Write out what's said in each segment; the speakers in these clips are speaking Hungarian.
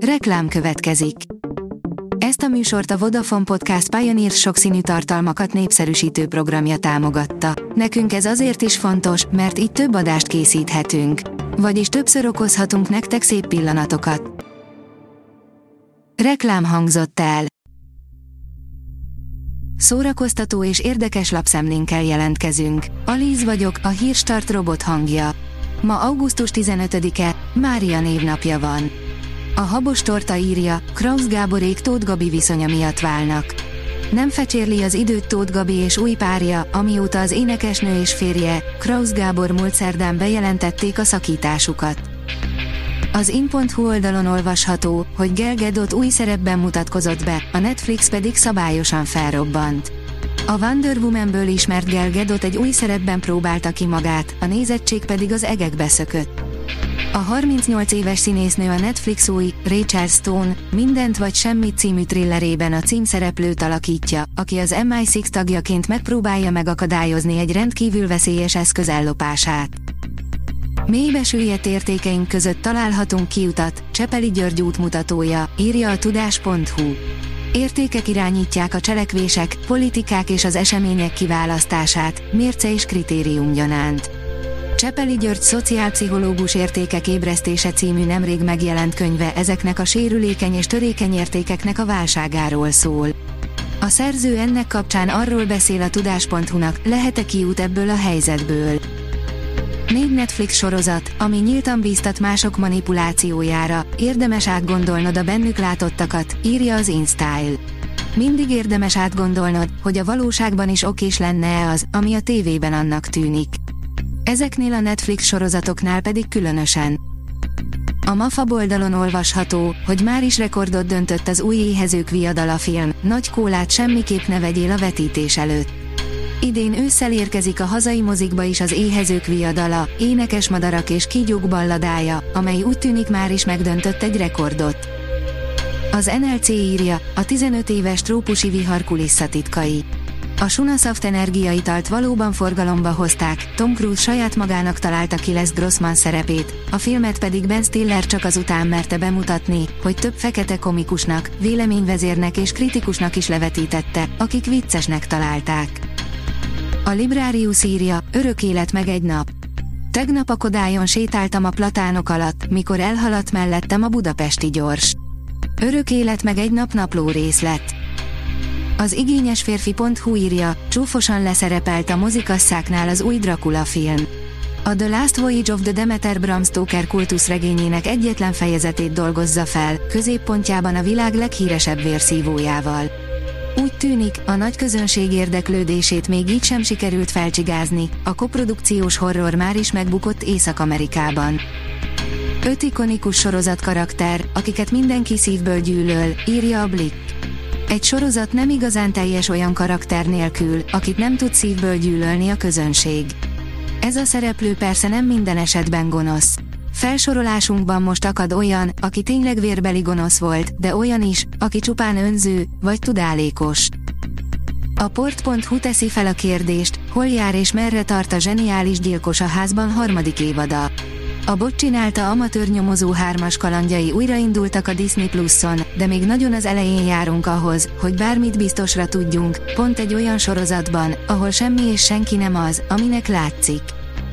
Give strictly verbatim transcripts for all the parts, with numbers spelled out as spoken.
Reklám következik. Ezt a műsort a Vodafone Podcast Pioneer sokszínű tartalmakat népszerűsítő programja támogatta. Nekünk ez azért is fontos, mert így több adást készíthetünk. Vagyis többször okozhatunk nektek szép pillanatokat. Reklám hangzott el. Szórakoztató és érdekes lapszemlénkkel jelentkezünk. Alíz vagyok, a Hírstart robot hangja. Ma augusztus tizenötödike, Mária névnapja van. A Habos Torta írja, Krausz Gáborék Tóth Gabi viszonya miatt válnak. Nem fecsérli az időt Tóth Gabi és új párja, amióta az énekesnő és férje, Krausz Gábor múlt szerdán bejelentették a szakításukat. Az in pont hu oldalon olvasható, hogy Gal Gadot új szerepben mutatkozott be, a Netflix pedig szabályosan felrobbant. A Wonder Womanből ismert Gal Gadot egy új szerepben próbálta ki magát, a nézettség pedig az egekbe szökött. A harmincnyolc éves színésznő a Netflix új, Rachel Stone, Mindent vagy Semmit című thrillerében a címszereplőt alakítja, aki az em i hat tagjaként megpróbálja megakadályozni egy rendkívül veszélyes eszköz ellopását. Mélybe süllyedt értékeink között találhatunk kiutat, Csepeli György útmutatója, írja a tudás pont hu. Értékek irányítják a cselekvések, politikák és az események kiválasztását, mérce és kritérium gyanánt. Csepeli György szociálpszichológus Értékek ébresztése című nemrég megjelent könyve ezeknek a sérülékeny és törékeny értékeknek a válságáról szól. A szerző ennek kapcsán arról beszél a tudás pont hu-nak, lehet-e kiút ebből a helyzetből. Négy Netflix sorozat, ami nyíltan bíztat mások manipulációjára, érdemes átgondolnod a bennük látottakat, írja az InStyle. Mindig érdemes átgondolnod, hogy a valóságban is okés lenne-e az, ami a tévében annak tűnik. Ezeknél a Netflix sorozatoknál pedig különösen. A Mafab oldalon olvasható, hogy már is rekordot döntött az új Éhezők viadala film, nagy kólát semmiképp ne vegyél a vetítés előtt. Idén ősszel érkezik a hazai mozikba is az Éhezők viadala, énekes madarak és kígyók balladája, amely úgy tűnik már is megdöntött egy rekordot. Az en el cé írja, a tizenöt éves trópusi vihar kulisszatitkai. A Sunasaft energiaitalt valóban forgalomba hozták, Tom Cruise saját magának találta ki Les Grossman szerepét, a filmet pedig Ben Stiller csak azután merte bemutatni, hogy több fekete komikusnak, véleményvezérnek és kritikusnak is levetítette, akik viccesnek találták. A Librarius írja, örök élet meg egy nap. Tegnap a Kodályon sétáltam a platánok alatt, mikor elhaladt mellettem a budapesti gyors. Örök élet meg egy nap napló részlet. Az igényesférfi pont hu írja, csúfosan leszerepelt a mozikasszáknál az új Dracula film. A The Last Voyage of the Demeter Bram Stoker kultuszregényének egyetlen fejezetét dolgozza fel, középpontjában a világ leghíresebb vérszívójával. Úgy tűnik, a nagy közönség érdeklődését még így sem sikerült felcsigázni, a koprodukciós horror már is megbukott Észak-Amerikában. Öt ikonikus sorozat karakter, akiket mindenki szívből gyűlöl, írja a Blick. Egy sorozat nem igazán teljes olyan karakter nélkül, akit nem tud szívből gyűlölni a közönség. Ez a szereplő persze nem minden esetben gonosz. Felsorolásunkban most akad olyan, aki tényleg vérbeli gonosz volt, de olyan is, aki csupán önző, vagy tudálékos. A port pont hu teszi fel a kérdést, hol jár és merre tart a zseniális gyilkos a házban harmadik évada. A bot csinálta amatőr nyomozó hármas kalandjai újraindultak a Disney Pluson, de még nagyon az elején járunk ahhoz, hogy bármit biztosra tudjunk, pont egy olyan sorozatban, ahol semmi és senki nem az, aminek látszik.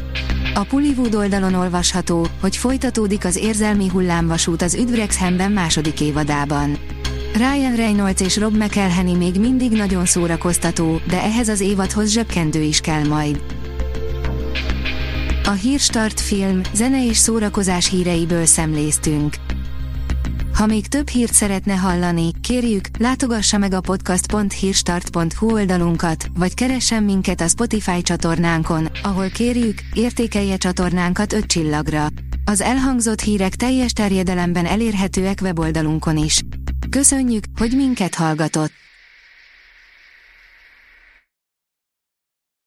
A Pullywood oldalon olvasható, hogy folytatódik az érzelmi hullámvasút az Üdv Wrexhamben második évadában. Ryan Reynolds és Rob McElhenney még mindig nagyon szórakoztató, de ehhez az évadhoz zsebkendő is kell majd. A Hírstart film, zene és szórakozás híreiből szemléztünk. Ha még több hírt szeretne hallani, kérjük, látogassa meg a podcast pont hírstart pont hu oldalunkat, vagy keressen minket a Spotify csatornánkon, ahol kérjük, értékelje csatornánkat öt csillagra. Az elhangzott hírek teljes terjedelemben elérhetőek weboldalunkon is. Köszönjük, hogy minket hallgatott!